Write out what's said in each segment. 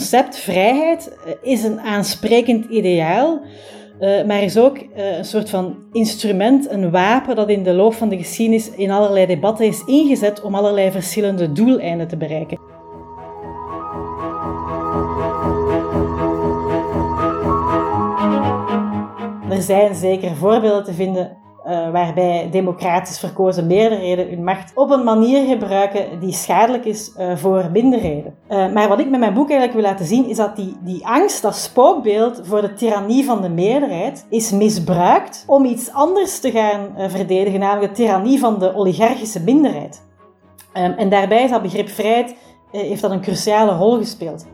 concept vrijheid is een aansprekend ideaal, maar is ook een soort van instrument, een wapen dat in de loop van de geschiedenis in allerlei debatten is ingezet om allerlei verschillende doeleinden te bereiken. Er zijn zeker voorbeelden te vinden waarbij democratisch verkozen meerderheden hun macht op een manier gebruiken die schadelijk is voor minderheden. Maar wat ik met mijn boek eigenlijk wil laten zien, is dat die angst, dat spookbeeld voor de tirannie van de meerderheid, is misbruikt om iets anders te gaan verdedigen, namelijk de tirannie van de oligarchische minderheid. En daarbij is dat begrip vrijheid, heeft dat een cruciale rol gespeeld.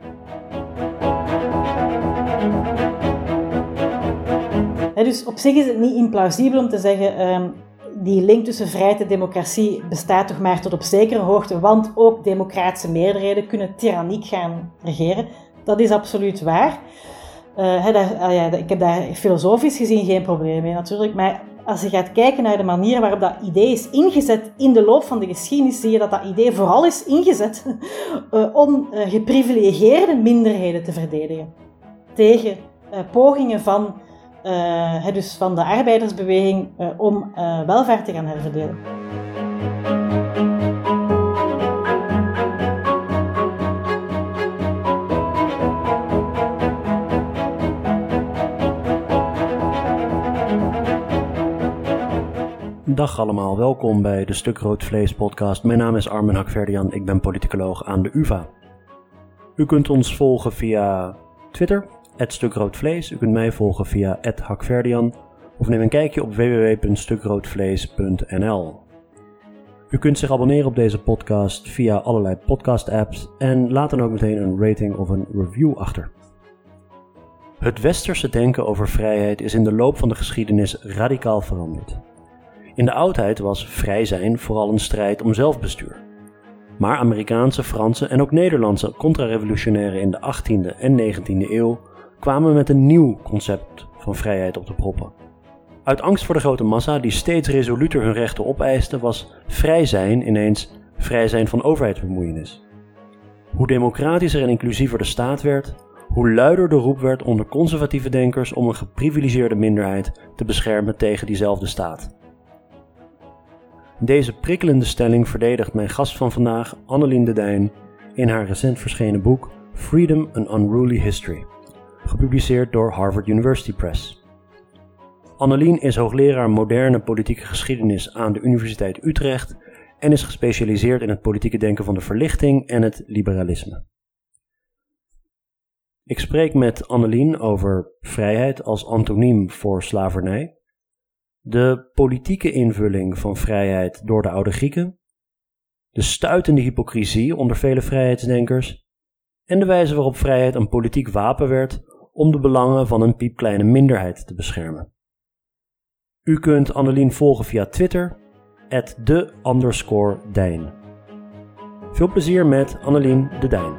Dus op zich is het niet implausibel om te zeggen, die link tussen vrijheid en democratie bestaat toch maar tot op zekere hoogte, want ook democratische meerderheden kunnen tiranniek gaan regeren. Dat is absoluut waar. Ik heb daar filosofisch gezien geen probleem mee natuurlijk, maar als je gaat kijken naar de manier waarop dat idee is ingezet in de loop van de geschiedenis, zie je dat dat idee vooral is ingezet om geprivilegeerde minderheden te verdedigen. Tegen pogingen van de arbeidersbeweging om welvaart te gaan herverdelen. Dag allemaal, welkom bij de Stuk Rood Vlees podcast. Mijn naam is Armen Hakverdian, ik ben politicoloog aan de UvA. U kunt ons volgen via Twitter, @stukroodvlees. U kunt mij volgen via @hakverdian of neem een kijkje op www.stukroodvlees.nl. U kunt zich abonneren op deze podcast via allerlei podcast-apps en laat dan ook meteen een rating of een review achter. Het westerse denken over vrijheid is in de loop van de geschiedenis radicaal veranderd. In de oudheid was vrij zijn vooral een strijd om zelfbestuur. Maar Amerikaanse, Franse en ook Nederlandse contra-revolutionairen in de 18e en 19e eeuw kwamen met een nieuw concept van vrijheid op de proppen. Uit angst voor de grote massa die steeds resoluter hun rechten opeiste, was vrij zijn ineens vrij zijn van overheidsbemoeienis. Hoe democratischer en inclusiever de staat werd, hoe luider de roep werd onder conservatieve denkers om een geprivilegeerde minderheid te beschermen tegen diezelfde staat. Deze prikkelende stelling verdedigt mijn gast van vandaag, Annelien de Dijn, in haar recent verschenen boek Freedom: An Unruly History, gepubliceerd door Harvard University Press. Annelien is hoogleraar moderne politieke geschiedenis aan de Universiteit Utrecht en is gespecialiseerd in het politieke denken van de verlichting en het liberalisme. Ik spreek met Annelien over vrijheid als antoniem voor slavernij, de politieke invulling van vrijheid door de oude Grieken, de stuitende hypocrisie onder vele vrijheidsdenkers en de wijze waarop vrijheid een politiek wapen werd om de belangen van een piepkleine minderheid te beschermen. U kunt Annelien volgen via Twitter, @de_Dijn. Veel plezier met Annelien de Dijn.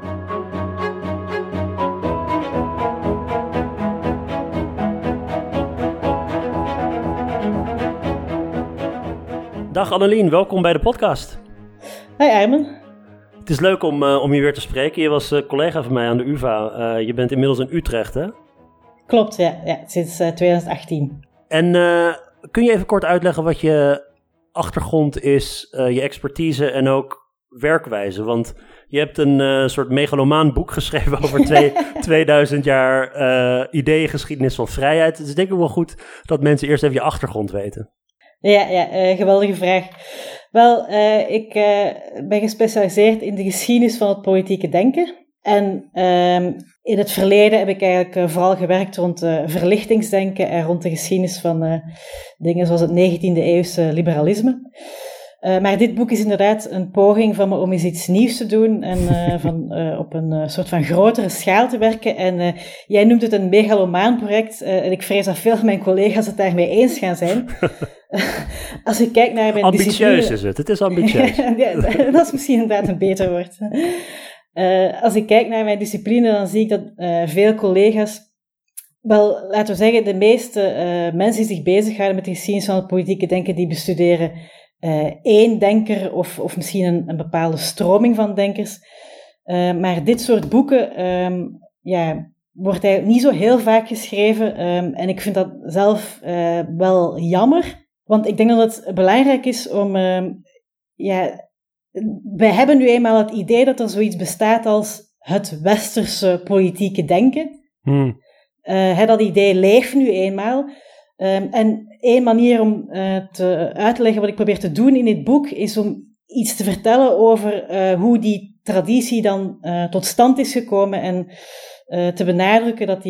Dag Annelien, welkom bij de podcast. Hi Armen. Het is leuk om je weer te spreken. Je was collega van mij aan de UvA. Je bent inmiddels in Utrecht, hè? Klopt, ja sinds 2018. En kun je even kort uitleggen wat je achtergrond is, je expertise en ook werkwijze? Want je hebt een soort megalomaan boek geschreven over 2000 jaar ideeëngeschiedenis van vrijheid. Het is denk ik wel goed dat mensen eerst even je achtergrond weten. Ja, geweldige vraag. Wel, ik ben gespecialiseerd in de geschiedenis van het politieke denken. En in het verleden heb ik eigenlijk vooral gewerkt rond verlichtingsdenken en rond de geschiedenis van dingen zoals het 19e-eeuwse liberalisme. Maar dit boek is inderdaad een poging van me om eens iets nieuws te doen en op een soort van grotere schaal te werken. En jij noemt het een megalomaan project en ik vrees dat veel van mijn collega's het daarmee eens gaan zijn. Als ik kijk naar mijn ambitieus is het is ambitieus. Ja, dat is misschien inderdaad een beter woord. Als ik kijk naar mijn discipline, dan zie ik dat veel collega's, wel, laten we zeggen, de meeste mensen die zich bezighouden met de geschiedenis van het politieke denken, die bestuderen één denker of misschien een bepaalde stroming van denkers. Maar dit soort boeken wordt eigenlijk niet zo heel vaak geschreven. En ik vind dat zelf wel jammer. Want ik denk dat het belangrijk is om... wij hebben nu eenmaal het idee dat er zoiets bestaat als het westerse politieke denken. Dat idee leeft nu eenmaal. En één manier om uit te leggen wat ik probeer te doen in dit boek, is om iets te vertellen over hoe die traditie dan tot stand is gekomen en te benadrukken dat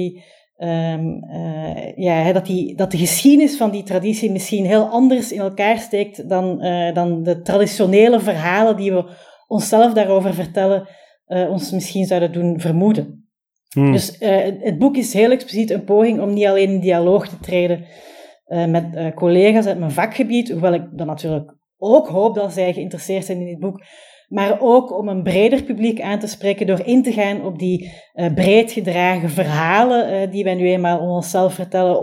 dat de geschiedenis van die traditie misschien heel anders in elkaar steekt dan de traditionele verhalen die we onszelf daarover vertellen, ons misschien zouden doen vermoeden. Dus het boek is heel expliciet een poging om niet alleen in dialoog te treden met collega's uit mijn vakgebied, hoewel ik dan natuurlijk ook hoop dat zij geïnteresseerd zijn in dit boek, maar ook om een breder publiek aan te spreken door in te gaan op die breed gedragen verhalen die wij nu eenmaal onszelf vertellen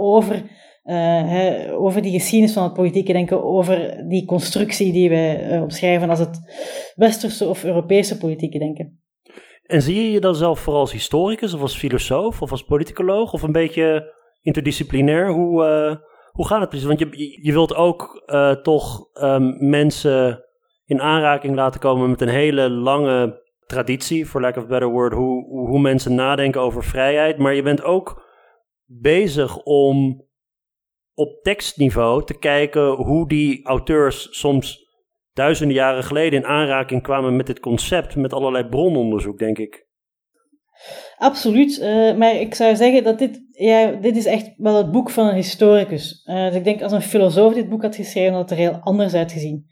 over die geschiedenis van het politieke denken, over die constructie die wij omschrijven als het westerse of Europese politieke denken. En zie je je dan zelf vooral als historicus of als filosoof of als politicoloog of een beetje interdisciplinair? Hoe gaat het precies? Want je wilt ook toch mensen in aanraking laten komen met een hele lange traditie, for lack of a better word, hoe mensen nadenken over vrijheid. Maar je bent ook bezig om op tekstniveau te kijken hoe die auteurs soms duizenden jaren geleden in aanraking kwamen met dit concept, met allerlei brononderzoek, denk ik. Absoluut, maar ik zou zeggen dat dit is echt wel het boek van een historicus. Dus ik denk als een filosoof dit boek had geschreven, had het er heel anders uitgezien.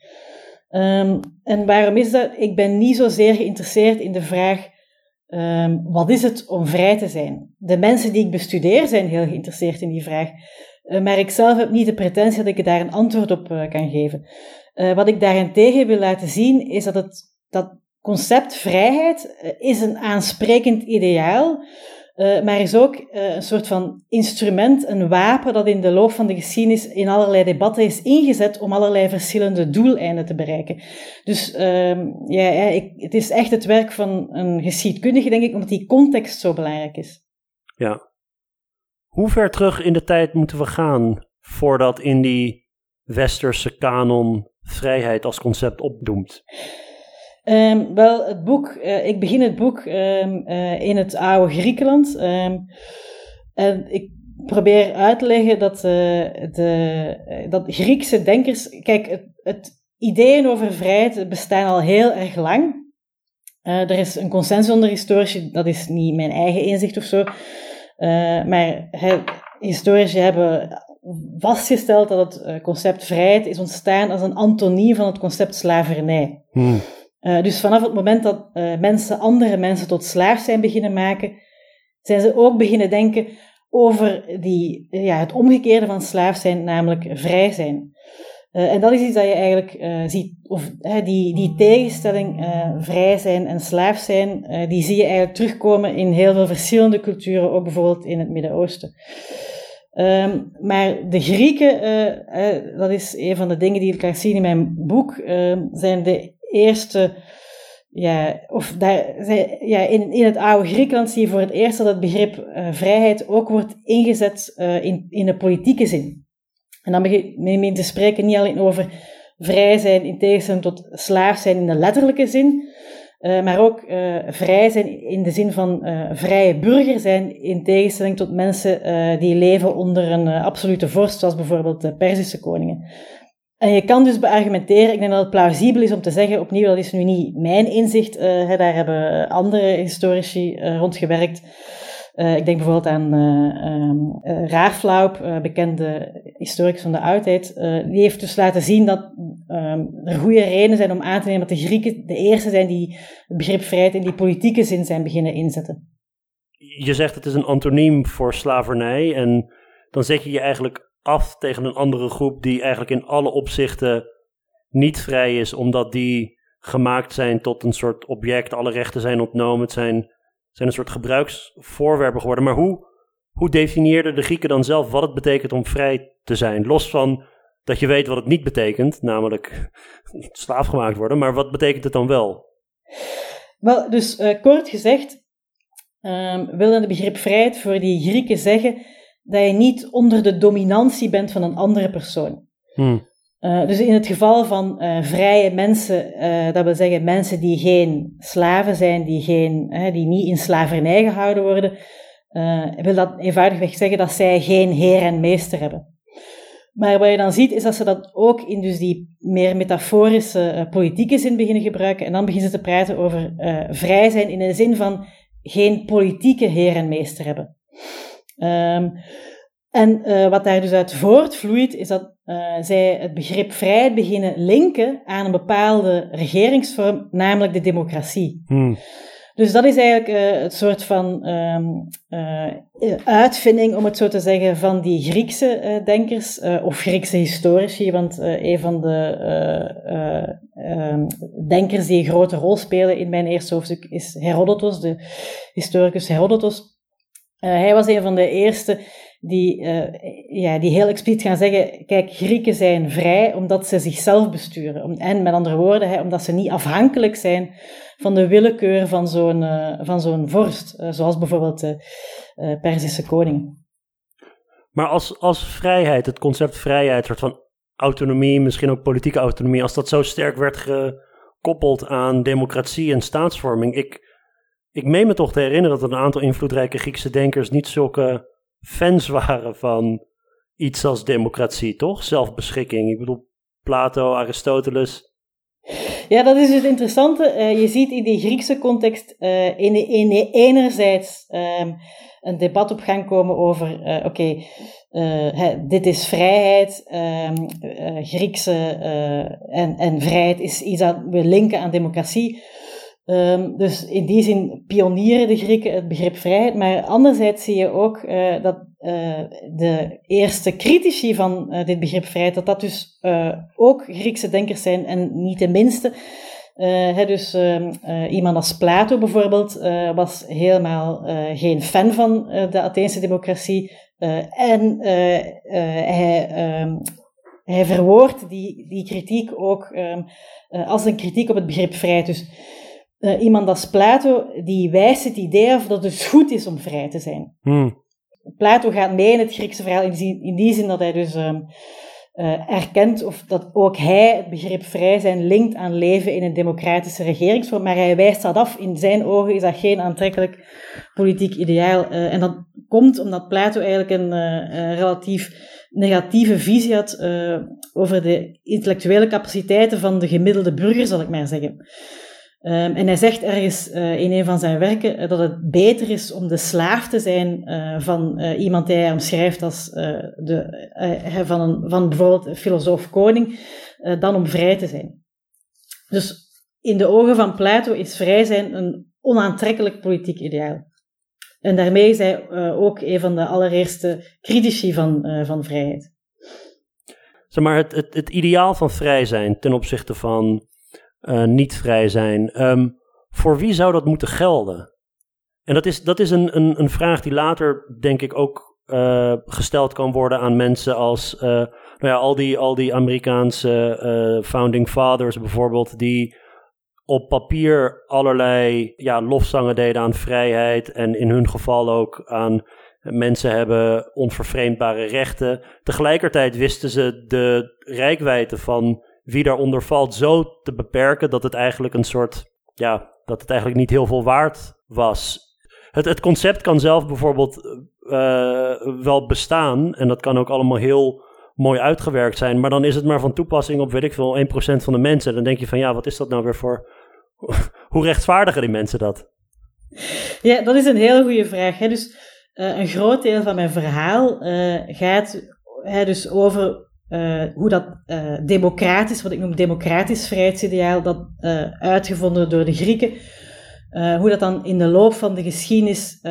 En waarom is dat? Ik ben niet zozeer geïnteresseerd in de vraag, wat is het om vrij te zijn? De mensen die ik bestudeer zijn heel geïnteresseerd in die vraag. Maar ik zelf heb niet de pretentie dat ik daar een antwoord op kan geven. Wat ik daarentegen wil laten zien, is dat concept vrijheid is een aansprekend ideaal, maar is ook een soort van instrument, een wapen dat in de loop van de geschiedenis in allerlei debatten is ingezet om allerlei verschillende doeleinden te bereiken. Dus het is echt het werk van een geschiedkundige, denk ik, omdat die context zo belangrijk is. Ja. Hoe ver terug in de tijd moeten we gaan voordat in die westerse kanon vrijheid als concept opdoemt? Wel, het boek, ik begin het boek in het oude Griekenland. En ik probeer uit te leggen dat Griekse denkers... Kijk, het ideeën over vrijheid bestaan al heel erg lang. Er is een consensus onder historici, dat is niet mijn eigen inzicht of zo. Maar historici hebben vastgesteld dat het concept vrijheid is ontstaan als een antoniem van het concept slavernij. Dus vanaf het moment dat andere mensen tot slaaf zijn beginnen maken, zijn ze ook beginnen denken over het omgekeerde van slaaf zijn, namelijk vrij zijn. En dat is iets dat je eigenlijk ziet, of die tegenstelling vrij zijn en slaaf zijn, die zie je eigenlijk terugkomen in heel veel verschillende culturen, ook bijvoorbeeld in het Midden-Oosten. Maar de Grieken, dat is een van de dingen die ik laat zien in mijn boek, zijn de eerste, in het oude Griekenland zie je voor het eerst dat het begrip vrijheid ook wordt ingezet in de politieke zin. En dan begin je te spreken niet alleen over vrij zijn in tegenstelling tot slaaf zijn in de letterlijke zin, maar ook vrij zijn in de zin van vrije burger zijn in tegenstelling tot mensen die leven onder een absolute vorst, zoals bijvoorbeeld de Perzische koningen. En je kan dus beargumenteren, ik denk dat het plausibel is om te zeggen, opnieuw, dat is nu niet mijn inzicht, daar hebben andere historici rond gewerkt. Ik denk bijvoorbeeld aan Raaflaub, bekende historicus van de oudheid. Die heeft dus laten zien dat er goede redenen zijn om aan te nemen dat de Grieken de eerste zijn die het begrip vrijheid in die politieke zin zijn beginnen inzetten. Je zegt het is een antoniem voor slavernij en dan zet je je eigenlijk af tegen een andere groep die eigenlijk in alle opzichten niet vrij is, omdat die gemaakt zijn tot een soort object, alle rechten zijn ontnomen, het zijn een soort gebruiksvoorwerpen geworden. Maar hoe definieerden de Grieken dan zelf wat het betekent om vrij te zijn? Los van dat je weet wat het niet betekent, namelijk slaaf gemaakt worden, maar wat betekent het dan wel? Wel, dus kort gezegd wil het begrip vrijheid voor die Grieken zeggen dat je niet onder de dominantie bent van een andere persoon. Dus in het geval van vrije mensen, dat wil zeggen mensen die geen slaven zijn, die niet in slavernij gehouden worden, wil dat eenvoudigweg zeggen dat zij geen heer en meester hebben. Maar wat je dan ziet, is dat ze dat ook in dus die meer metaforische politieke zin beginnen gebruiken. En dan beginnen ze te praten over vrij zijn in de zin van geen politieke heer en meester hebben. Wat daar dus uit voortvloeit, is dat zij het begrip vrijheid beginnen linken aan een bepaalde regeringsvorm, namelijk de democratie. Dus dat is eigenlijk het soort van uitvinding, om het zo te zeggen, van die Griekse denkers, of Griekse historici, want een van de denkers die een grote rol spelen in mijn eerste hoofdstuk is Herodotos, de historicus Herodotos. Hij was een van de eerste die heel expliciet gaan zeggen, kijk, Grieken zijn vrij omdat ze zichzelf besturen. En met andere woorden, omdat ze niet afhankelijk zijn van de willekeur van zo'n vorst, zoals bijvoorbeeld de Perzische koning. Maar als vrijheid, het concept vrijheid, soort van autonomie, misschien ook politieke autonomie, als dat zo sterk werd gekoppeld aan democratie en staatsvorming, ik meen me toch te herinneren dat een aantal invloedrijke Griekse denkers niet zulke fans waren van iets als democratie, toch? Zelfbeschikking. Ik bedoel, Plato, Aristoteles. Ja, dat is het interessante. Je ziet in die Griekse context enerzijds een debat op gang komen over, dit is vrijheid, Griekse en vrijheid is iets dat we linken aan democratie. Dus in die zin pionieren de Grieken het begrip vrijheid, maar anderzijds zie je ook dat de eerste critici van dit begrip vrijheid, dat dus ook Griekse denkers zijn en niet de minste. Iemand als Plato bijvoorbeeld was helemaal geen fan van de Atheense democratie hij verwoordt die kritiek ook als een kritiek op het begrip vrijheid. Dus iemand als Plato, die wijst het idee af dat het goed is om vrij te zijn. Plato gaat mee in het Griekse verhaal in die zin dat hij dus erkent of dat ook hij het begrip vrij zijn linkt aan leven in een democratische regeringsvorm, maar hij wijst dat af. In zijn ogen is dat geen aantrekkelijk politiek ideaal. En dat komt omdat Plato eigenlijk een relatief negatieve visie had over de intellectuele capaciteiten van de gemiddelde burger, zal ik maar zeggen. En hij zegt ergens in een van zijn werken dat het beter is om de slaaf te zijn van iemand die hij omschrijft als van bijvoorbeeld een filosoof-koning, dan om vrij te zijn. Dus in de ogen van Plato is vrij zijn een onaantrekkelijk politiek ideaal. En daarmee is hij ook een van de allereerste critici van vrijheid. Zeg maar, het ideaal van vrij zijn ten opzichte van niet vrij zijn. Voor wie zou dat moeten gelden? En dat is een vraag die later, denk ik, ook gesteld kan worden aan mensen als al die Amerikaanse founding fathers bijvoorbeeld, die op papier allerlei lofzangen deden aan vrijheid en in hun geval ook aan mensen hebben onvervreemdbare rechten. Tegelijkertijd wisten ze de reikwijdte van wie daaronder valt zo te beperken dat het eigenlijk dat het eigenlijk niet heel veel waard was. Het concept kan zelf bijvoorbeeld wel bestaan en dat kan ook allemaal heel mooi uitgewerkt zijn, maar dan is het maar van toepassing op, 1% van de mensen. Dan denk je van, wat is dat nou weer voor... Hoe rechtvaardigen die mensen dat? Ja, dat is een hele goede vraag. Hè? Dus een groot deel van mijn verhaal gaat dus over hoe dat democratisch, wat ik noem democratisch vrijheidsideaal, dat uitgevonden door de Grieken, hoe dat dan in de loop van de geschiedenis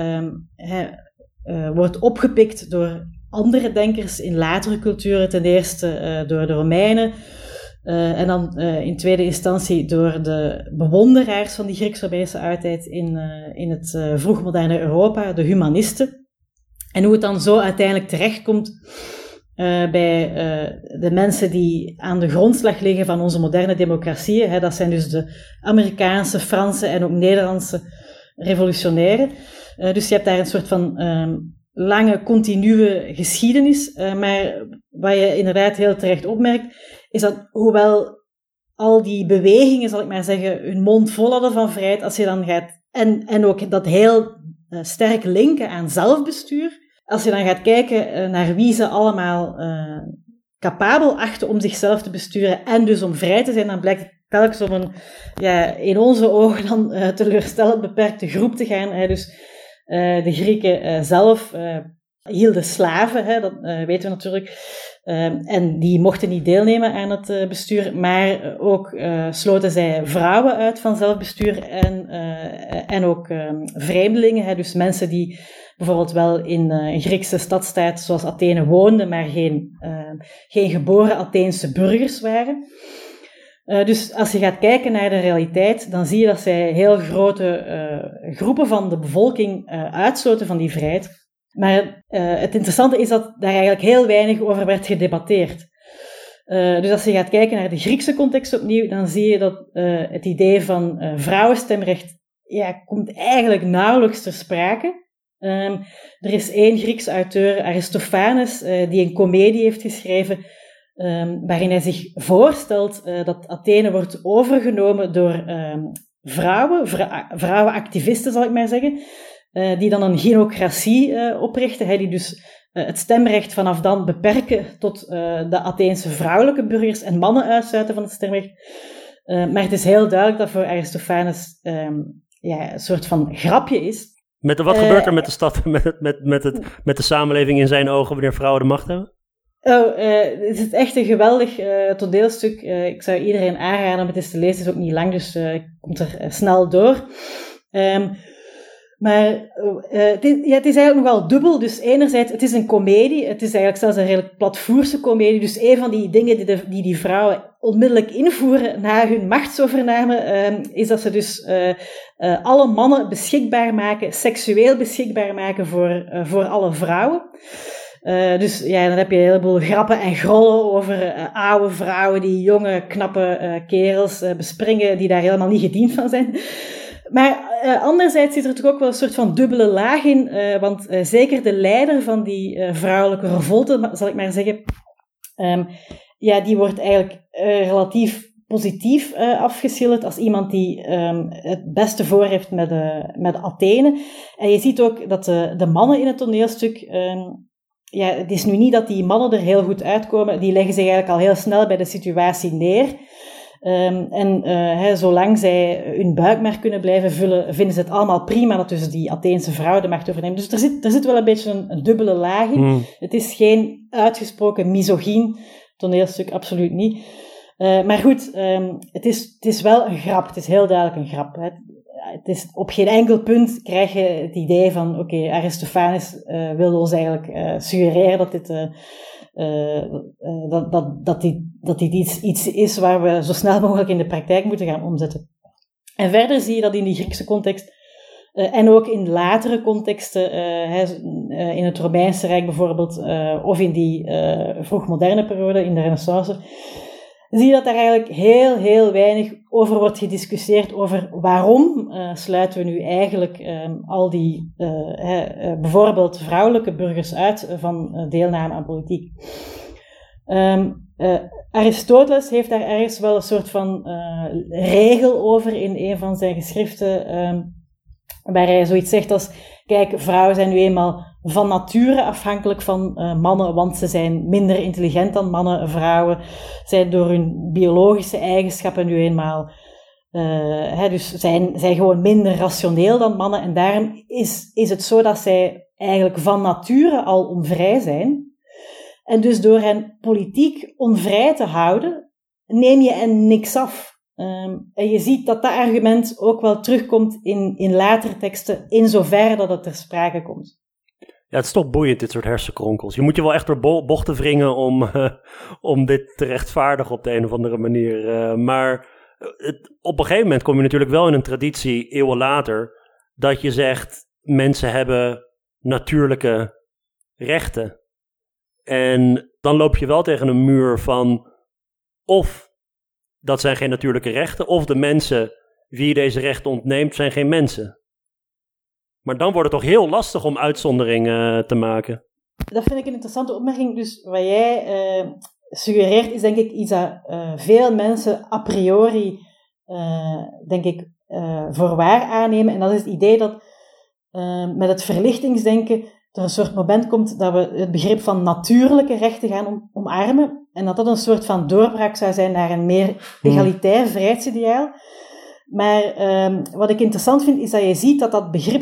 wordt opgepikt door andere denkers in latere culturen, ten eerste door de Romeinen, en dan in tweede instantie door de bewonderaars van die Grieks-Romeinse oudheid in het vroegmoderne Europa, de humanisten. En hoe het dan zo uiteindelijk terechtkomt bij de mensen die aan de grondslag liggen van onze moderne democratieën. Dat zijn dus de Amerikaanse, Franse en ook Nederlandse revolutionairen. Dus je hebt daar een soort van lange, continue geschiedenis. Maar wat je inderdaad heel terecht opmerkt, is dat hoewel al die bewegingen, zal ik maar zeggen, hun mond vol hadden van vrijheid, als je dan gaat, en ook dat heel sterk linken aan zelfbestuur, als je dan gaat kijken naar wie ze allemaal capabel achten om zichzelf te besturen en dus om vrij te zijn, dan blijkt het telkens om een, in onze ogen dan teleurstellend beperkte groep te gaan. Dus de Grieken zelf hielden slaven, dat weten we natuurlijk. En die mochten niet deelnemen aan het bestuur, maar ook sloten zij vrouwen uit van zelfbestuur en ook vreemdelingen, dus mensen die bijvoorbeeld wel in een Griekse stadstaat zoals Athene woonden, maar geen geboren Atheense burgers waren. Dus als je gaat kijken naar de realiteit, dan zie je dat zij heel grote groepen van de bevolking uitsloten van die vrijheid. Maar het interessante is dat daar eigenlijk heel weinig over werd gedebatteerd. Dus als je gaat kijken naar de Griekse context opnieuw, dan zie je dat het idee van vrouwenstemrecht komt eigenlijk nauwelijks ter sprake. Er is één Grieks auteur, Aristophanes, die een komedie heeft geschreven waarin hij zich voorstelt dat Athene wordt overgenomen door vrouwenactivisten, zal ik maar zeggen, die dan een gynocratie oprichten, die dus het stemrecht vanaf dan beperken tot de Atheense vrouwelijke burgers en mannen uitsluiten van het stemrecht. Maar het is heel duidelijk dat voor Aristophanes een soort van grapje is. Wat gebeurt er met de stad, met de samenleving in zijn ogen wanneer vrouwen de macht hebben? Het is echt een geweldig toneelstuk. Ik zou iedereen aanraden om het eens te lezen. Het is ook niet lang, dus komt er snel door. Maar het is eigenlijk nogal dubbel. Dus enerzijds, het is een komedie. Het is eigenlijk zelfs een redelijk platvoerse komedie. Dus een van die dingen die vrouwen onmiddellijk invoeren na hun machtsovername, is dat ze dus alle mannen beschikbaar maken, seksueel beschikbaar maken voor alle vrouwen. Dus dan heb je een heleboel grappen en grollen over oude vrouwen die jonge, knappe kerels bespringen die daar helemaal niet gediend van zijn. Maar anderzijds zit er toch ook wel een soort van dubbele laag in, want zeker de leider van die vrouwelijke revolte, zal ik maar zeggen, die wordt eigenlijk relatief positief afgeschilderd als iemand die het beste voor heeft met Athene. En je ziet ook dat de mannen in het toneelstuk, het is nu niet dat die mannen er heel goed uitkomen, die leggen zich eigenlijk al heel snel bij de situatie neer. Zolang zij hun buik maar kunnen blijven vullen, vinden ze het allemaal prima dat dus die Atheense vrouw de macht overneemt. Dus er zit wel een beetje een dubbele laag in. Het is geen uitgesproken misogyn toneelstuk, absoluut niet. Maar goed, het is wel een grap. Het is heel duidelijk een grap. Het is, op geen enkel punt krijg je het idee van, oké, Aristophanes wilde ons eigenlijk suggereren dat dit iets is waar we zo snel mogelijk in de praktijk moeten gaan omzetten. En verder zie je dat in die Griekse context, en ook in latere contexten, in het Romeinse Rijk bijvoorbeeld, of in die vroegmoderne periode, in de Renaissance, zie je dat daar eigenlijk heel, heel weinig over wordt gediscussieerd over waarom sluiten we nu eigenlijk al die bijvoorbeeld vrouwelijke burgers uit van deelname aan politiek. Aristoteles heeft daar ergens wel een soort van regel over in een van zijn geschriften, waar hij zoiets zegt als, kijk, vrouwen zijn nu eenmaal van nature afhankelijk van mannen, want ze zijn minder intelligent dan mannen. Vrouwen zijn door hun biologische eigenschappen nu eenmaal, dus zijn gewoon minder rationeel dan mannen. En daarom is het zo dat zij eigenlijk van nature al onvrij zijn. En dus door hen politiek onvrij te houden, neem je hen niks af. En je ziet dat argument ook wel terugkomt in latere teksten, in zoverre dat het ter sprake komt. Ja, het is toch boeiend, dit soort hersenkronkels. Je moet je wel echt door bochten wringen om dit te rechtvaardigen op de een of andere manier. Maar op een gegeven moment kom je natuurlijk wel in een traditie, eeuwen later, dat je zegt, mensen hebben natuurlijke rechten. En dan loop je wel tegen een muur van of dat zijn geen natuurlijke rechten, of de mensen wie je deze rechten ontneemt zijn geen mensen. Maar dan wordt het toch heel lastig om uitzonderingen te maken. Dat vind ik een interessante opmerking. Dus wat jij suggereert is denk ik iets dat veel mensen a priori denk ik voor waar aannemen. En dat is het idee dat met het verlichtingsdenken er een soort moment komt dat we het begrip van natuurlijke rechten gaan omarmen. En dat een soort van doorbraak zou zijn naar een meer egalitair vrijheidsideaal. Maar wat ik interessant vind, is dat je ziet dat dat begrip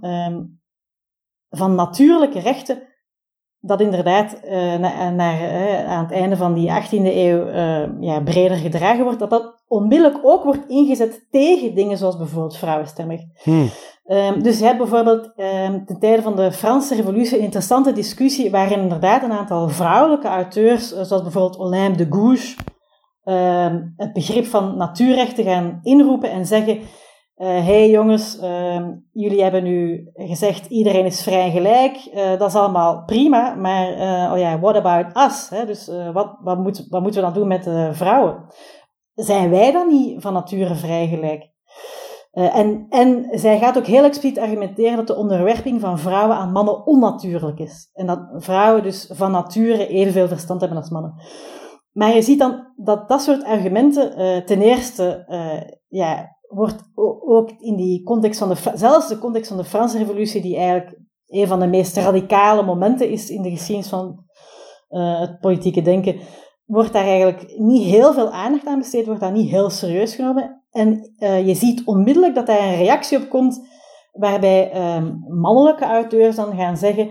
van natuurlijke rechten, dat inderdaad aan het einde van die 18e eeuw breder gedragen wordt, dat onmiddellijk ook wordt ingezet tegen dingen zoals bijvoorbeeld vrouwenstemrecht. Dus je hebt bijvoorbeeld ten tijde van de Franse Revolutie een interessante discussie waarin inderdaad een aantal vrouwelijke auteurs, zoals bijvoorbeeld Olympe de Gouges, het begrip van natuurrechten gaan inroepen en zeggen: hey jongens, jullie hebben nu gezegd iedereen is vrij en gelijk, dat is allemaal prima, maar what about us? Hè? Dus wat moeten we dan doen met vrouwen? Zijn wij dan niet van nature vrij gelijk? En zij gaat ook heel expliciet argumenteren dat de onderwerping van vrouwen aan mannen onnatuurlijk is. En dat vrouwen dus van nature evenveel verstand hebben als mannen. Maar je ziet dan dat soort argumenten ten eerste wordt ook in die context van zelfs de context van de Franse Revolutie, die eigenlijk een van de meest radicale momenten is in de geschiedenis van het politieke denken, wordt daar eigenlijk niet heel veel aandacht aan besteed, wordt dat niet heel serieus genomen. En je ziet onmiddellijk dat daar een reactie op komt, waarbij mannelijke auteurs dan gaan zeggen,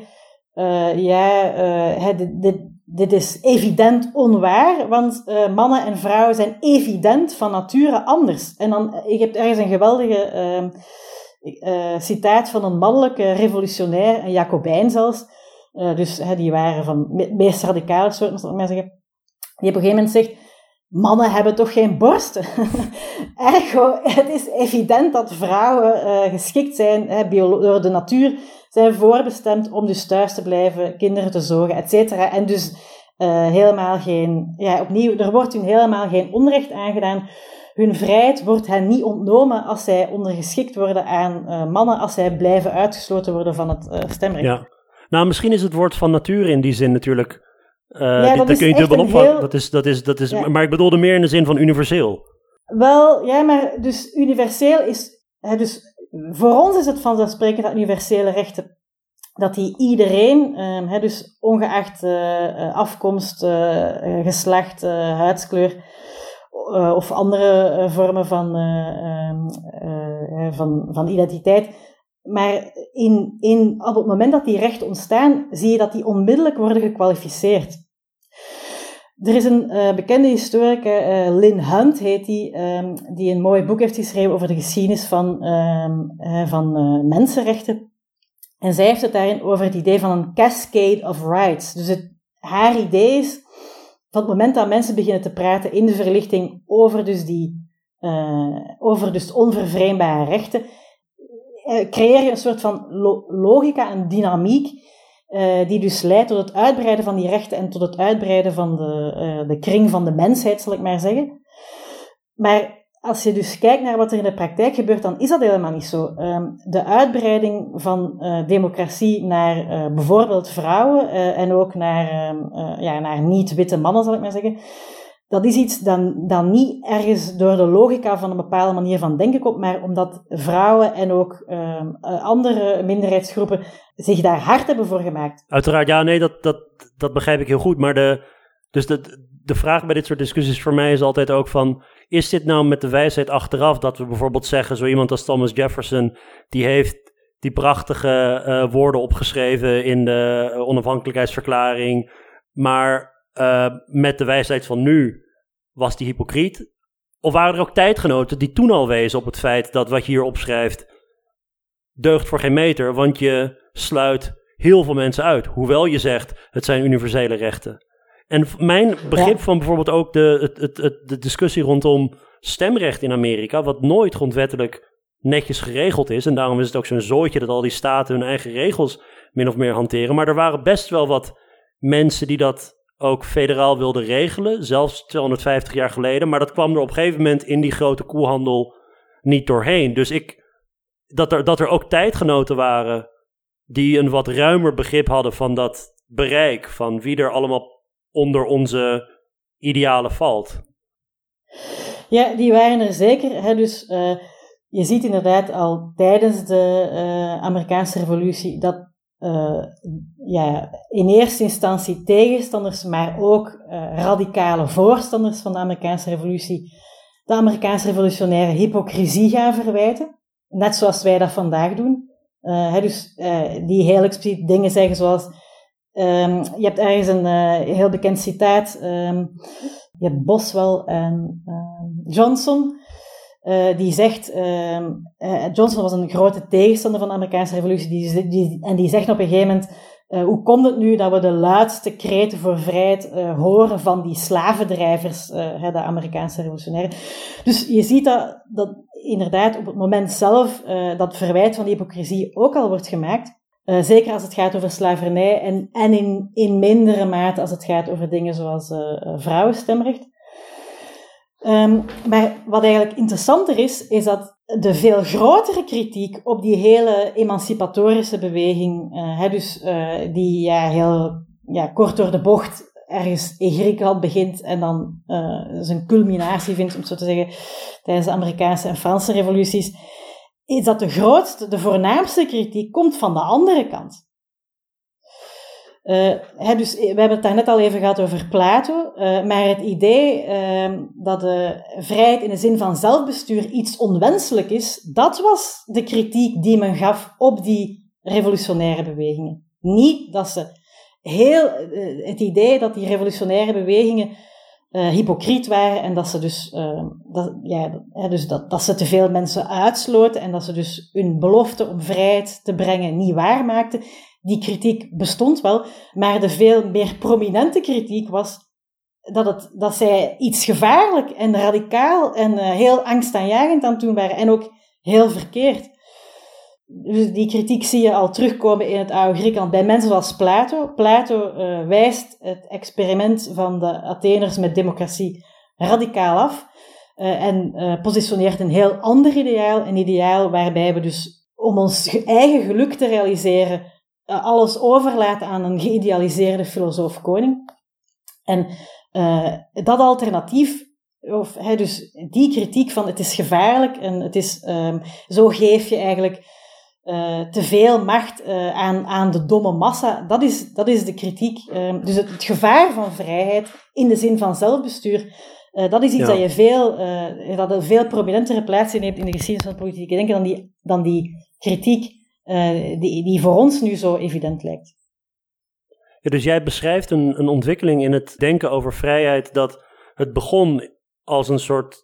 dit is evident onwaar, want mannen en vrouwen zijn evident van nature anders. En dan, ik heb ergens een geweldige citaat van een mannelijke revolutionair, een Jacobijn zelfs, die waren van het meest radicale soort, zal ik maar zeggen, die op een gegeven moment zegt: mannen hebben toch geen borsten? Ergo, het is evident dat vrouwen geschikt zijn, door de natuur zijn voorbestemd om dus thuis te blijven, kinderen te zorgen, et cetera. En dus helemaal geen, er wordt hun helemaal geen onrecht aangedaan. Hun vrijheid wordt hen niet ontnomen als zij ondergeschikt worden aan mannen, als zij blijven uitgesloten worden van het stemrecht. Ja. Nou, misschien is het woord van nature in die zin natuurlijk. Daar kun je dubbel opvangen. Dat is, ja. Maar ik bedoelde meer in de zin van universeel. Wel, ja, maar dus universeel is, dus voor ons is het vanzelfsprekend dat universele rechten, dat die iedereen, dus ongeacht afkomst, geslacht, huidskleur of andere vormen van identiteit, maar op het moment dat die rechten ontstaan, zie je dat die onmiddellijk worden gekwalificeerd. Er is een bekende historica, Lynn Hunt heet die een mooi boek heeft geschreven over de geschiedenis van mensenrechten. En zij heeft het daarin over het idee van een cascade of rights. Dus haar idee is, van het moment dat mensen beginnen te praten in de verlichting over dus onvervreembare rechten, creëer je een soort van logica, een dynamiek, die dus leidt tot het uitbreiden van die rechten en tot het uitbreiden van de kring van de mensheid, zal ik maar zeggen. Maar als je dus kijkt naar wat er in de praktijk gebeurt, dan is dat helemaal niet zo. De uitbreiding van democratie naar bijvoorbeeld vrouwen en ook naar niet-witte mannen, zal ik maar zeggen, dat is iets dat niet ergens door de logica van een bepaalde manier van denken komt, maar omdat vrouwen en ook andere minderheidsgroepen zich daar hard hebben voor gemaakt. Uiteraard, ja, nee, dat begrijp ik heel goed. Maar de vraag bij dit soort discussies voor mij is altijd ook van, is dit nou met de wijsheid achteraf dat we bijvoorbeeld zeggen, zo iemand als Thomas Jefferson, die heeft die prachtige woorden opgeschreven in de onafhankelijkheidsverklaring, maar met de wijsheid van nu was die hypocriet? Of waren er ook tijdgenoten die toen al wezen op het feit dat wat je hier opschrijft deugt voor geen meter, want je sluit heel veel mensen uit, hoewel je zegt het zijn universele rechten. En mijn begrip van bijvoorbeeld ook de discussie rondom stemrecht in Amerika, wat nooit grondwettelijk netjes geregeld is, en daarom is het ook zo'n zooitje dat al die staten hun eigen regels min of meer hanteren, maar er waren best wel wat mensen die dat ook federaal wilde regelen, zelfs 250 jaar geleden. Maar dat kwam er op een gegeven moment in die grote koehandel niet doorheen. Dus dat er ook tijdgenoten waren die een wat ruimer begrip hadden van dat bereik, van wie er allemaal onder onze idealen valt. Ja, die waren er zeker. Hè? Dus je ziet inderdaad al tijdens de Amerikaanse revolutie dat in eerste instantie tegenstanders, maar ook radicale voorstanders van de Amerikaanse revolutie, de Amerikaanse revolutionaire hypocrisie gaan verwijten. Net zoals wij dat vandaag doen. Die heel expliciet dingen zeggen zoals... je hebt ergens een heel bekend citaat. Je hebt Boswell en Johnson. Die zegt... Johnson was een grote tegenstander van de Amerikaanse revolutie. Die zegt op een gegeven moment... hoe komt het nu dat we de luidste kreten voor vrijheid horen van die slavendrijvers, de Amerikaanse revolutionairen? Dus je ziet dat inderdaad op het moment zelf dat verwijt van die hypocrisie ook al wordt gemaakt. Zeker als het gaat over slavernij en in mindere mate als het gaat over dingen zoals vrouwenstemrecht. Maar wat eigenlijk interessanter is dat de veel grotere kritiek op die hele emancipatorische beweging, die heel kort door de bocht ergens in Griekenland begint en dan zijn culminatie vindt, om het zo te zeggen, tijdens de Amerikaanse en Franse revoluties, is dat de voornaamste kritiek komt van de andere kant. Dus we hebben het daar net al even gehad over Plato, maar het idee dat de vrijheid in de zin van zelfbestuur iets onwenselijk is, dat was de kritiek die men gaf op die revolutionaire bewegingen. Niet dat ze het idee dat die revolutionaire bewegingen hypocriet waren en dat ze dat ze te veel mensen uitsloten en dat ze dus hun belofte om vrijheid te brengen niet waarmaakten. Die kritiek bestond wel, maar de veel meer prominente kritiek was dat zij iets gevaarlijk en radicaal en heel angstaanjagend aan het doen waren en ook heel verkeerd. Dus die kritiek zie je al terugkomen in het oude Griekenland bij mensen zoals Plato. Plato wijst het experiment van de Atheners met democratie radicaal af en positioneert een heel ander ideaal. Een ideaal waarbij we dus om ons eigen geluk te realiseren alles overlaten aan een geïdealiseerde filosoof-koning. En dat alternatief, dus die kritiek van het is gevaarlijk en het is, zo geef je eigenlijk te veel macht aan de domme massa, dat is de kritiek. Dus het gevaar van vrijheid in de zin van zelfbestuur, dat is iets dat een veel prominentere plaats inneemt in de geschiedenis van politiek denken dan die kritiek die voor ons nu zo evident lijkt. Ja, dus jij beschrijft een ontwikkeling in het denken over vrijheid dat het begon als een soort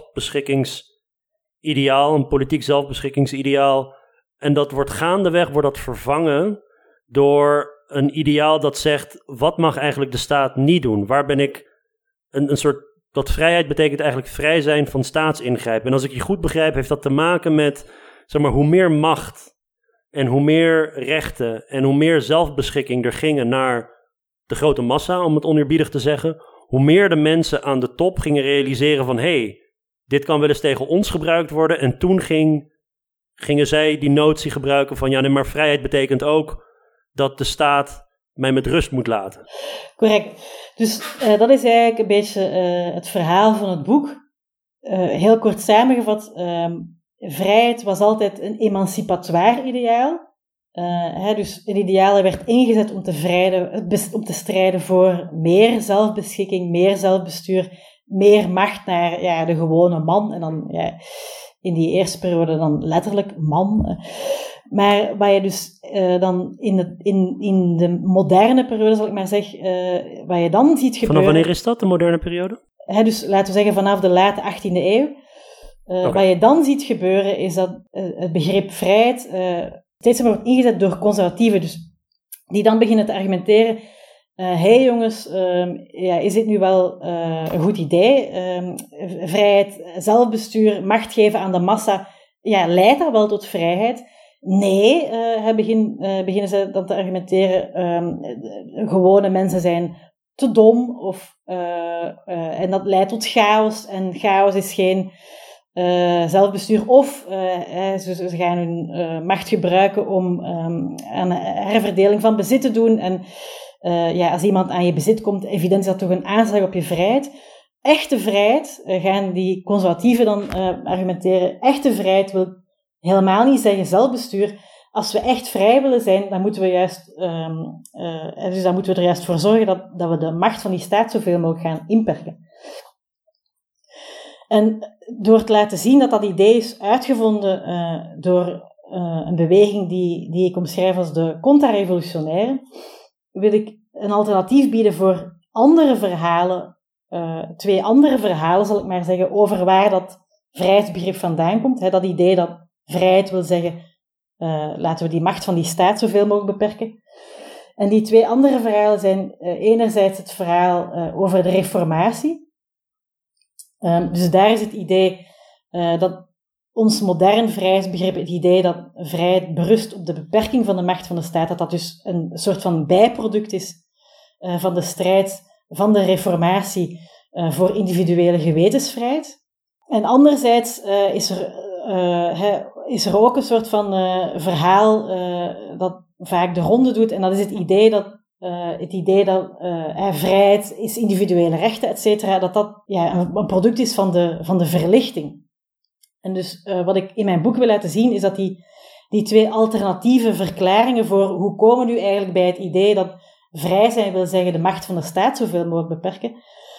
zelfbeschikkingsideaal, een politiek zelfbeschikkingsideaal, en dat wordt gaandeweg vervangen door een ideaal dat zegt, wat mag eigenlijk de staat niet doen? Waar ben ik een soort, dat vrijheid betekent eigenlijk vrij zijn van staatsingrijpen. En als ik je goed begrijp, heeft dat te maken met, zeg maar, hoe meer macht en hoe meer rechten en hoe meer zelfbeschikking er gingen naar de grote massa, om het oneerbiedig te zeggen, hoe meer de mensen aan de top gingen realiseren van, dit kan wel eens tegen ons gebruikt worden. En toen gingen zij die notie gebruiken van, maar vrijheid betekent ook dat de staat mij met rust moet laten. Correct. Dus dat is eigenlijk een beetje het verhaal van het boek. Heel kort samengevat, vrijheid was altijd een emancipatoire ideaal. Dus een ideaal dat werd ingezet om te strijden voor meer zelfbeschikking, meer zelfbestuur, meer macht naar de gewone man. En dan in die eerste periode dan letterlijk man. Maar wat je dus dan in de moderne periode, zal ik maar zeggen, wat je dan ziet gebeuren... Vanaf wanneer is dat, de moderne periode? Dus laten we zeggen vanaf de late 18e eeuw. Wat je dan ziet gebeuren is dat het begrip vrijheid steeds meer wordt ingezet door conservatieven, dus die dan beginnen te argumenteren, jongens, is dit nu wel een goed idee? Vrijheid, zelfbestuur, macht geven aan de massa, leidt dat wel tot vrijheid? Nee, beginnen ze dan te argumenteren, gewone mensen zijn te dom en dat leidt tot chaos. En chaos is geen zelfbestuur. Of ze gaan hun macht gebruiken om aan herverdeling van bezit te doen. En als iemand aan je bezit komt, evident is dat toch een aanslag op je vrijheid. Echte vrijheid, gaan die conservatieven dan argumenteren, echte vrijheid wil helemaal niet zeggen zelfbestuur. Als we echt vrij willen zijn, dan moeten we er juist voor zorgen dat we de macht van die staat zoveel mogelijk gaan inperken. En door te laten zien dat dat idee is uitgevonden door een beweging die ik omschrijf als de contra-revolutionaire, wil ik een alternatief bieden voor andere verhalen, 2 andere verhalen, zal ik maar zeggen, over waar dat vrijheidsbegrip vandaan komt. Dat idee dat vrijheid wil zeggen, laten we die macht van die staat zoveel mogelijk beperken. En die 2 andere verhalen zijn enerzijds het verhaal over de reformatie. Dus daar is het idee dat ons modern vrijheidsbegrip, het idee dat vrijheid berust op de beperking van de macht van de staat, dat dus een soort van bijproduct is van de strijd van de reformatie voor individuele gewetensvrijheid. En anderzijds is er ook een soort van verhaal dat vaak de ronde doet, en dat is het idee dat vrijheid is individuele rechten, et cetera, dat een product is van de verlichting. En dus wat ik in mijn boek wil laten zien, is dat die 2 alternatieve verklaringen voor hoe komen we nu eigenlijk bij het idee dat vrij zijn wil zeggen de macht van de staat zoveel mogelijk beperken,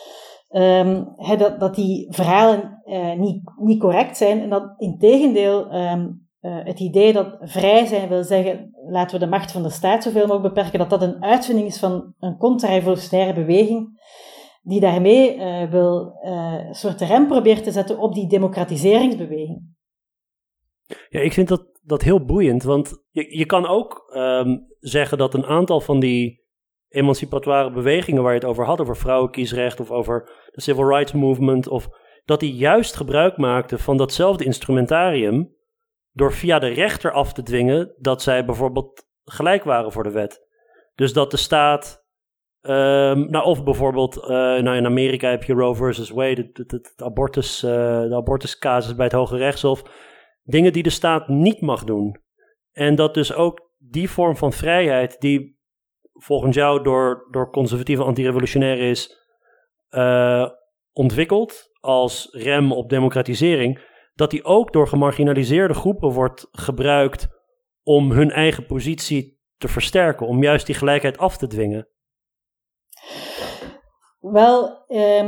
dat die verhalen niet correct zijn en dat integendeel het idee dat vrij zijn wil zeggen laten we de macht van de staat zoveel mogelijk beperken, dat een uitvinding is van een contra-revolutionaire beweging die daarmee een soort rem probeert te zetten op die democratiseringsbeweging. Ja, ik vind dat heel boeiend, want je kan ook zeggen dat een aantal van die emancipatoire bewegingen waar je het over had, over vrouwenkiesrecht of over de Civil Rights Movement, of dat die juist gebruik maakten van datzelfde instrumentarium door via de rechter af te dwingen dat zij bijvoorbeeld gelijk waren voor de wet. Dus dat de staat, of bijvoorbeeld, in Amerika heb je Roe versus Wade, de abortuscasus bij het Hoge Rechtshof, dingen die de staat niet mag doen. En dat dus ook die vorm van vrijheid die volgens jou door conservatieve antirevolutionaire is ontwikkeld als rem op democratisering, dat die ook door gemarginaliseerde groepen wordt gebruikt om hun eigen positie te versterken, om juist die gelijkheid af te dwingen. Wel,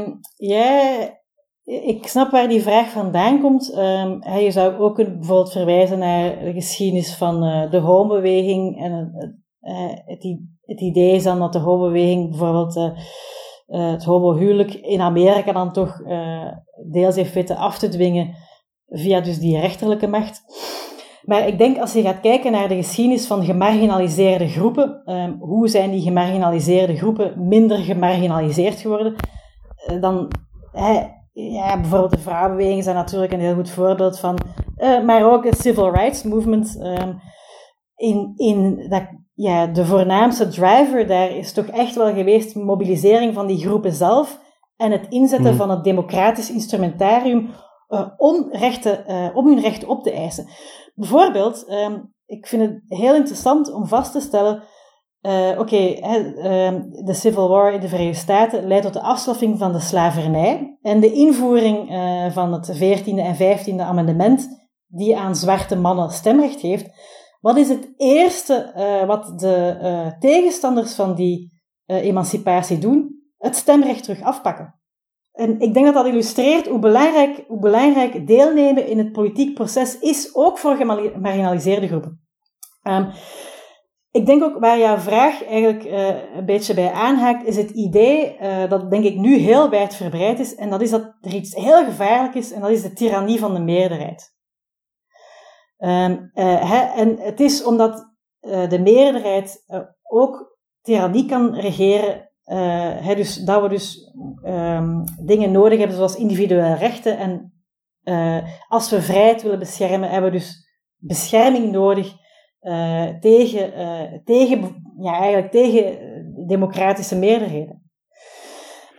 ik snap waar die vraag vandaan komt. Je zou ook bijvoorbeeld verwijzen naar de geschiedenis van de homobeweging. En het idee is dan dat de homobeweging bijvoorbeeld het homohuwelijk in Amerika dan toch deels heeft weten af te dwingen via dus die rechterlijke macht. Maar ik denk als je gaat kijken naar de geschiedenis van gemarginaliseerde groepen, hoe zijn die gemarginaliseerde groepen minder gemarginaliseerd geworden, dan bijvoorbeeld de vrouwenbeweging is daar natuurlijk een heel goed voorbeeld van, maar ook de Civil Rights Movement. De voornaamste driver daar is toch echt wel geweest mobilisering van die groepen zelf en het inzetten van het democratisch instrumentarium om hun rechten op te eisen. Bijvoorbeeld, ik vind het heel interessant om vast te stellen, de Civil War in de Verenigde Staten leidt tot de afschaffing van de slavernij en de invoering van het 14e en 15e amendement die aan zwarte mannen stemrecht geeft. Wat is het eerste wat de tegenstanders van die emancipatie doen? Het stemrecht terug afpakken. En ik denk dat dat illustreert hoe belangrijk deelnemen in het politiek proces is, ook voor gemarginaliseerde groepen. Ik denk ook waar jouw vraag eigenlijk een beetje bij aanhaakt, is het idee dat denk ik nu heel wijdverbreid is, en dat is dat er iets heel gevaarlijk is, en dat is de tirannie van de meerderheid. En het is omdat de meerderheid ook tirannie kan regeren, dus dat we dus dingen nodig hebben zoals individuele rechten. En als we vrijheid willen beschermen, hebben we dus bescherming nodig tegen democratische meerderheden.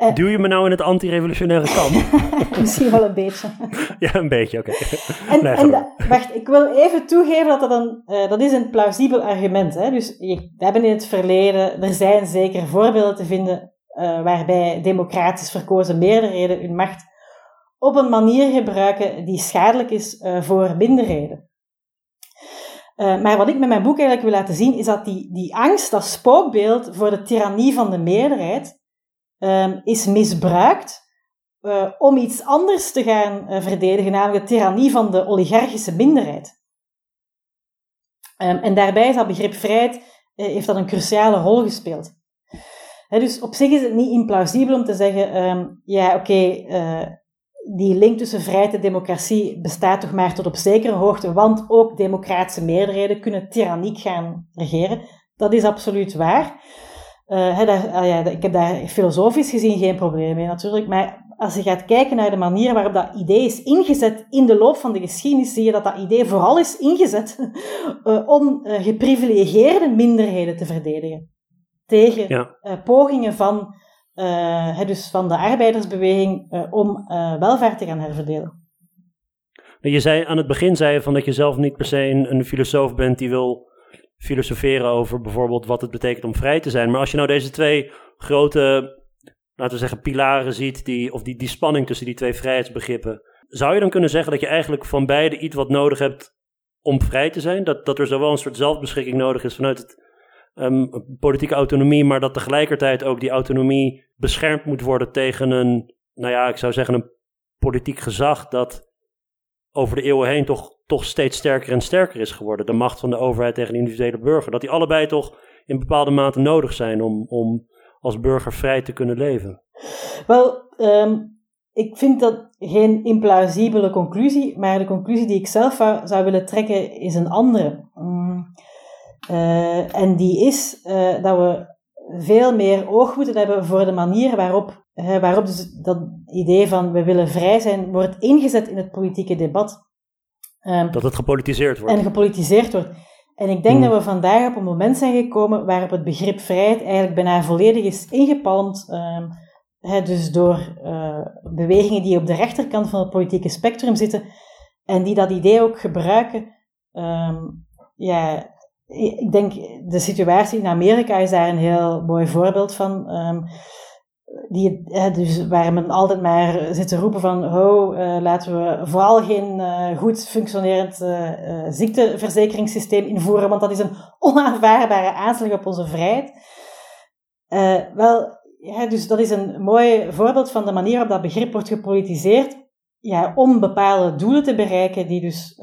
Duw je me nou in het anti-revolutionaire kamp? Misschien wel een beetje. Ja, een beetje, oké. Wacht, ik wil even toegeven dat is een plausibel argument. Hè? Dus we hebben in het verleden, er zijn zeker voorbeelden te vinden waarbij democratisch verkozen meerderheden hun macht op een manier gebruiken die schadelijk is voor minderheden. Maar wat ik met mijn boek eigenlijk wil laten zien, is dat die angst, dat spookbeeld voor de tirannie van de meerderheid, is misbruikt om iets anders te gaan verdedigen, namelijk de tirannie van de oligarchische minderheid. En daarbij is dat begrip vrijheid, heeft dat een cruciale rol gespeeld. Dus op zich is het niet implausibel om te zeggen, die link tussen vrijheid en democratie bestaat toch maar tot op zekere hoogte, want ook democratische meerderheden kunnen tyranniek gaan regeren. Dat is absoluut waar. Ik heb daar filosofisch gezien geen probleem mee natuurlijk, maar als je gaat kijken naar de manier waarop dat idee is ingezet in de loop van de geschiedenis, zie je dat idee vooral is ingezet om geprivilegeerde minderheden te verdedigen. Tegen pogingen van de arbeidersbeweging om welvaart te gaan herverdelen. Je zei aan het begin van dat je zelf niet per se een filosoof bent die wil filosoferen over bijvoorbeeld wat het betekent om vrij te zijn. Maar als je nou deze twee grote, laten we zeggen, pilaren ziet, die spanning tussen die twee vrijheidsbegrippen, zou je dan kunnen zeggen dat je eigenlijk van beide iets wat nodig hebt om vrij te zijn? Dat er zowel een soort zelfbeschikking nodig is vanuit het politieke autonomie, maar dat tegelijkertijd ook die autonomie beschermd moet worden tegen een politiek gezag dat over de eeuwen heen toch steeds sterker en sterker is geworden. De macht van de overheid tegen de individuele burger. Dat die allebei toch in bepaalde mate nodig zijn om als burger vrij te kunnen leven. Wel, ik vind dat geen implausibele conclusie, maar de conclusie die ik zelf zou willen trekken is een andere. En die is dat we veel meer oog moeten hebben voor de manier waarop dus dat idee van we willen vrij zijn wordt ingezet in het politieke debat. Dat het gepolitiseerd wordt. En gepolitiseerd wordt. En ik denk dat we vandaag op een moment zijn gekomen waarop het begrip vrijheid eigenlijk bijna volledig is ingepalmd. Dus door bewegingen die op de rechterkant van het politieke spectrum zitten en die dat idee ook gebruiken. Ik denk, de situatie in Amerika is daar een heel mooi voorbeeld van. Dus waar men altijd maar zit te roepen van laten we vooral geen goed functionerend ziekteverzekeringssysteem invoeren, want dat is een onaanvaardbare aanslag op onze vrijheid. Dus dat is een mooi voorbeeld van de manier waarop dat begrip wordt gepolitiseerd, om bepaalde doelen te bereiken die dus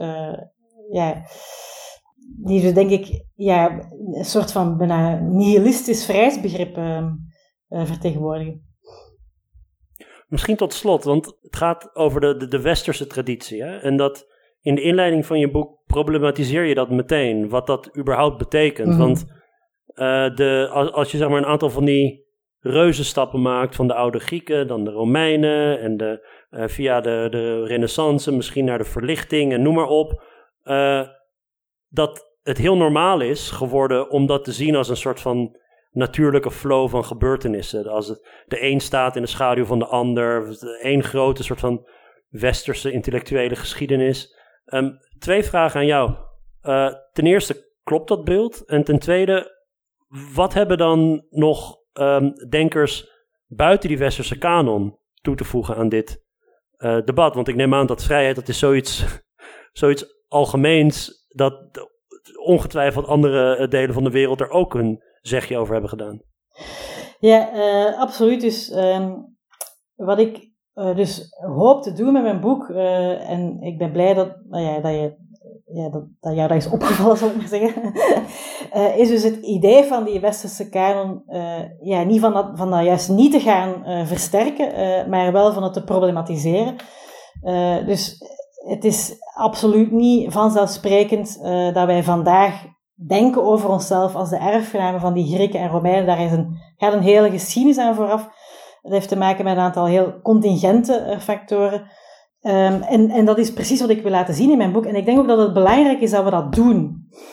denk ik een soort van bijna nihilistisch vrijheidsbegrip vertegenwoordigen. Misschien tot slot, want het gaat over de westerse traditie. Hè? En dat in de inleiding van je boek problematiseer je dat meteen, wat dat überhaupt betekent. Mm-hmm. Want als je zeg maar een aantal van die reuzenstappen maakt van de oude Grieken, dan de Romeinen en via de Renaissance, misschien naar de verlichting en noem maar op, dat het heel normaal is geworden om dat te zien als een soort van natuurlijke flow van gebeurtenissen. Als de een staat in de schaduw van de ander, één grote soort van westerse intellectuele geschiedenis. 2 vragen aan jou. Ten eerste, klopt dat beeld? En ten tweede, wat hebben dan nog denkers buiten die westerse kanon toe te voegen aan dit debat? Want ik neem aan dat vrijheid, dat is zoiets algemeens dat ongetwijfeld andere delen van de wereld er ook een zegje over hebben gedaan. Ja, absoluut. Dus wat ik dus hoop te doen met mijn boek, en ik ben blij dat jou dat is opgevallen, zal ik maar zeggen, is dus het idee van die westerse kanon, niet van dat juist niet te gaan versterken, maar wel van het te problematiseren. Dus het is absoluut niet vanzelfsprekend dat wij vandaag denken over onszelf als de erfgenamen van die Grieken en Romeinen. Daar gaat een hele geschiedenis aan vooraf. Dat heeft te maken met een aantal heel contingente factoren. En dat is precies wat ik wil laten zien in mijn boek. En ik denk ook dat het belangrijk is dat we dat doen.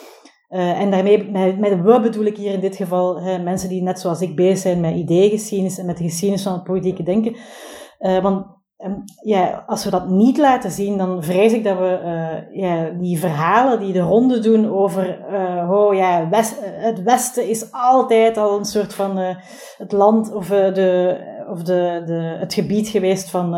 En daarmee, met we bedoel ik hier in dit geval mensen die net zoals ik bezig zijn met ideeëngeschiedenis en met de geschiedenis van het politieke denken. Want als we dat niet laten zien, dan vrees ik dat we die verhalen die de ronde doen over het Westen is altijd al een soort van het land of het gebied geweest van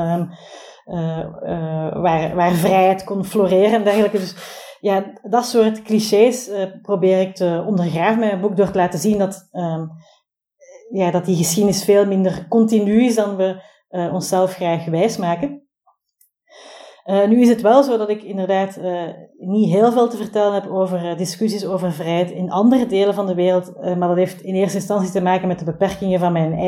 waar vrijheid kon floreren en dergelijke. Dus dat soort clichés probeer ik te ondergraven met mijn boek door te laten zien dat die geschiedenis veel minder continu is dan we onszelf graag wijsmaken. Nu is het wel zo dat ik inderdaad niet heel veel te vertellen heb over discussies over vrijheid in andere delen van de wereld, maar dat heeft in eerste instantie te maken met de beperkingen van mijn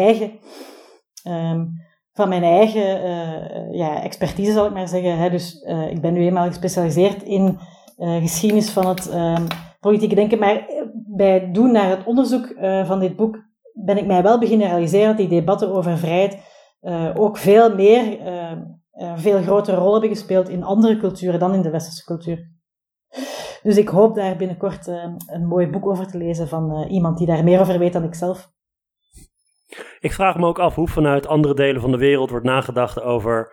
eigen expertise, zal ik maar zeggen. Hè. Dus ik ben nu eenmaal gespecialiseerd in geschiedenis van het politieke denken, maar bij het doen naar het onderzoek van dit boek ben ik mij wel beginnen realiseren dat die debatten over vrijheid ook veel grotere rol hebben gespeeld in andere culturen dan in de westerse cultuur. Dus ik hoop daar binnenkort een mooi boek over te lezen van iemand die daar meer over weet dan ik zelf. Ik vraag me ook af hoe vanuit andere delen van de wereld wordt nagedacht over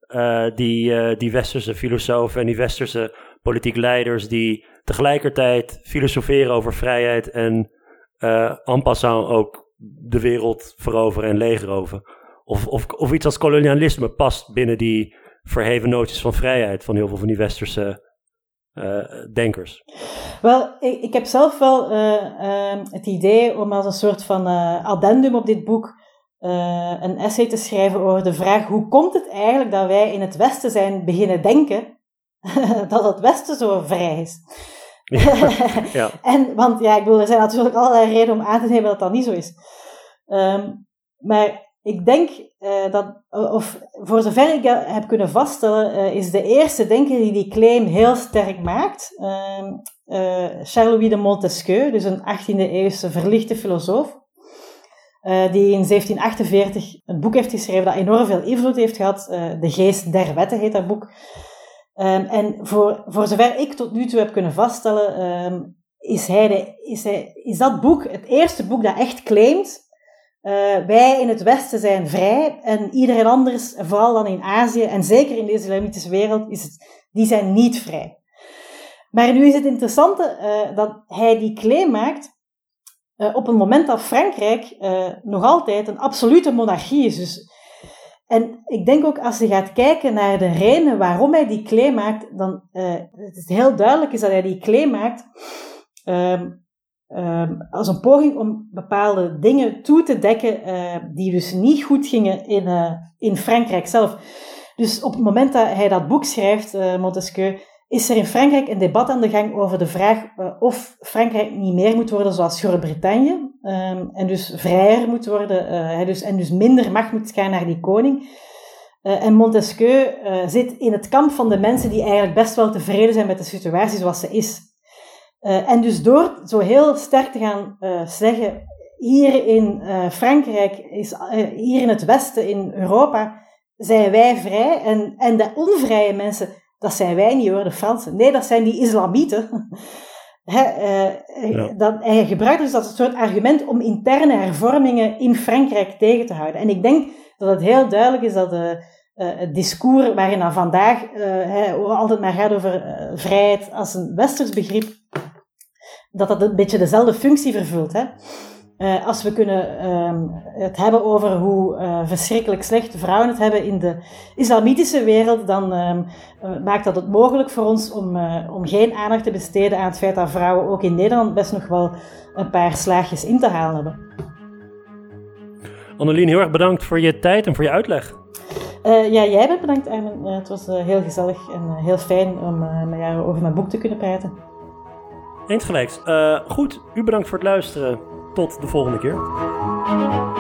die westerse filosofen en die westerse politiek leiders die tegelijkertijd filosoferen over vrijheid en en passant ook de wereld veroveren en legeroven. Of iets als kolonialisme past binnen die verheven noties van vrijheid van heel veel van die westerse denkers. Wel, ik heb zelf wel het idee om als een soort van addendum op dit boek een essay te schrijven over de vraag: hoe komt het eigenlijk dat wij in het Westen zijn beginnen denken dat het Westen zo vrij is? Ja. Want ik bedoel, er zijn natuurlijk allerlei redenen om aan te nemen dat dat niet zo is. Maar ik denk of voor zover ik heb kunnen vaststellen, is de eerste denker die claim heel sterk maakt, Charles-Louis de Montesquieu, dus een 18e-eeuwse verlichte filosoof, die in 1748 een boek heeft geschreven dat enorm veel invloed heeft gehad. De Geest der Wetten heet dat boek. En voor zover ik tot nu toe heb kunnen vaststellen, is dat boek het eerste boek dat echt claimt: wij in het Westen zijn vrij en iedereen anders, vooral dan in Azië en zeker in de islamitische wereld, die zijn niet vrij. Maar nu is het interessante dat hij die claim maakt op een moment dat Frankrijk nog altijd een absolute monarchie is. Dus, en ik denk ook als je gaat kijken naar de redenen waarom hij die claim maakt, dan het is heel duidelijk is dat hij die claim maakt als een poging om bepaalde dingen toe te dekken die dus niet goed gingen in Frankrijk zelf. Dus op het moment dat hij dat boek schrijft, Montesquieu, is er in Frankrijk een debat aan de gang over de vraag of Frankrijk niet meer moet worden zoals Groot-Brittannië en dus vrijer moet worden en dus minder macht moet gaan naar die koning. En Montesquieu zit in het kamp van de mensen die eigenlijk best wel tevreden zijn met de situatie zoals ze is. En dus door zo heel sterk te gaan zeggen, hier in Frankrijk, hier in het Westen, in Europa, zijn wij vrij en de onvrije mensen, dat zijn wij niet hoor, de Fransen. Nee, dat zijn die islamieten. Hij gebruikt dus dat soort argument om interne hervormingen in Frankrijk tegen te houden. En ik denk dat het heel duidelijk is dat het discours waarin dan vandaag altijd maar gaat over vrijheid als een westers begrip, dat een beetje dezelfde functie vervult. Hè? Als we kunnen het hebben over hoe verschrikkelijk slecht vrouwen het hebben in de islamitische wereld, dan maakt dat het mogelijk voor ons om geen aandacht te besteden aan het feit dat vrouwen ook in Nederland best nog wel een paar slaagjes in te halen hebben. Annelien, heel erg bedankt voor je tijd en voor je uitleg. Jij bent bedankt, Armen. Het was heel gezellig en heel fijn om met jou over mijn boek te kunnen praten. Eens gelijks. Goed, u bedankt voor het luisteren. Tot de volgende keer.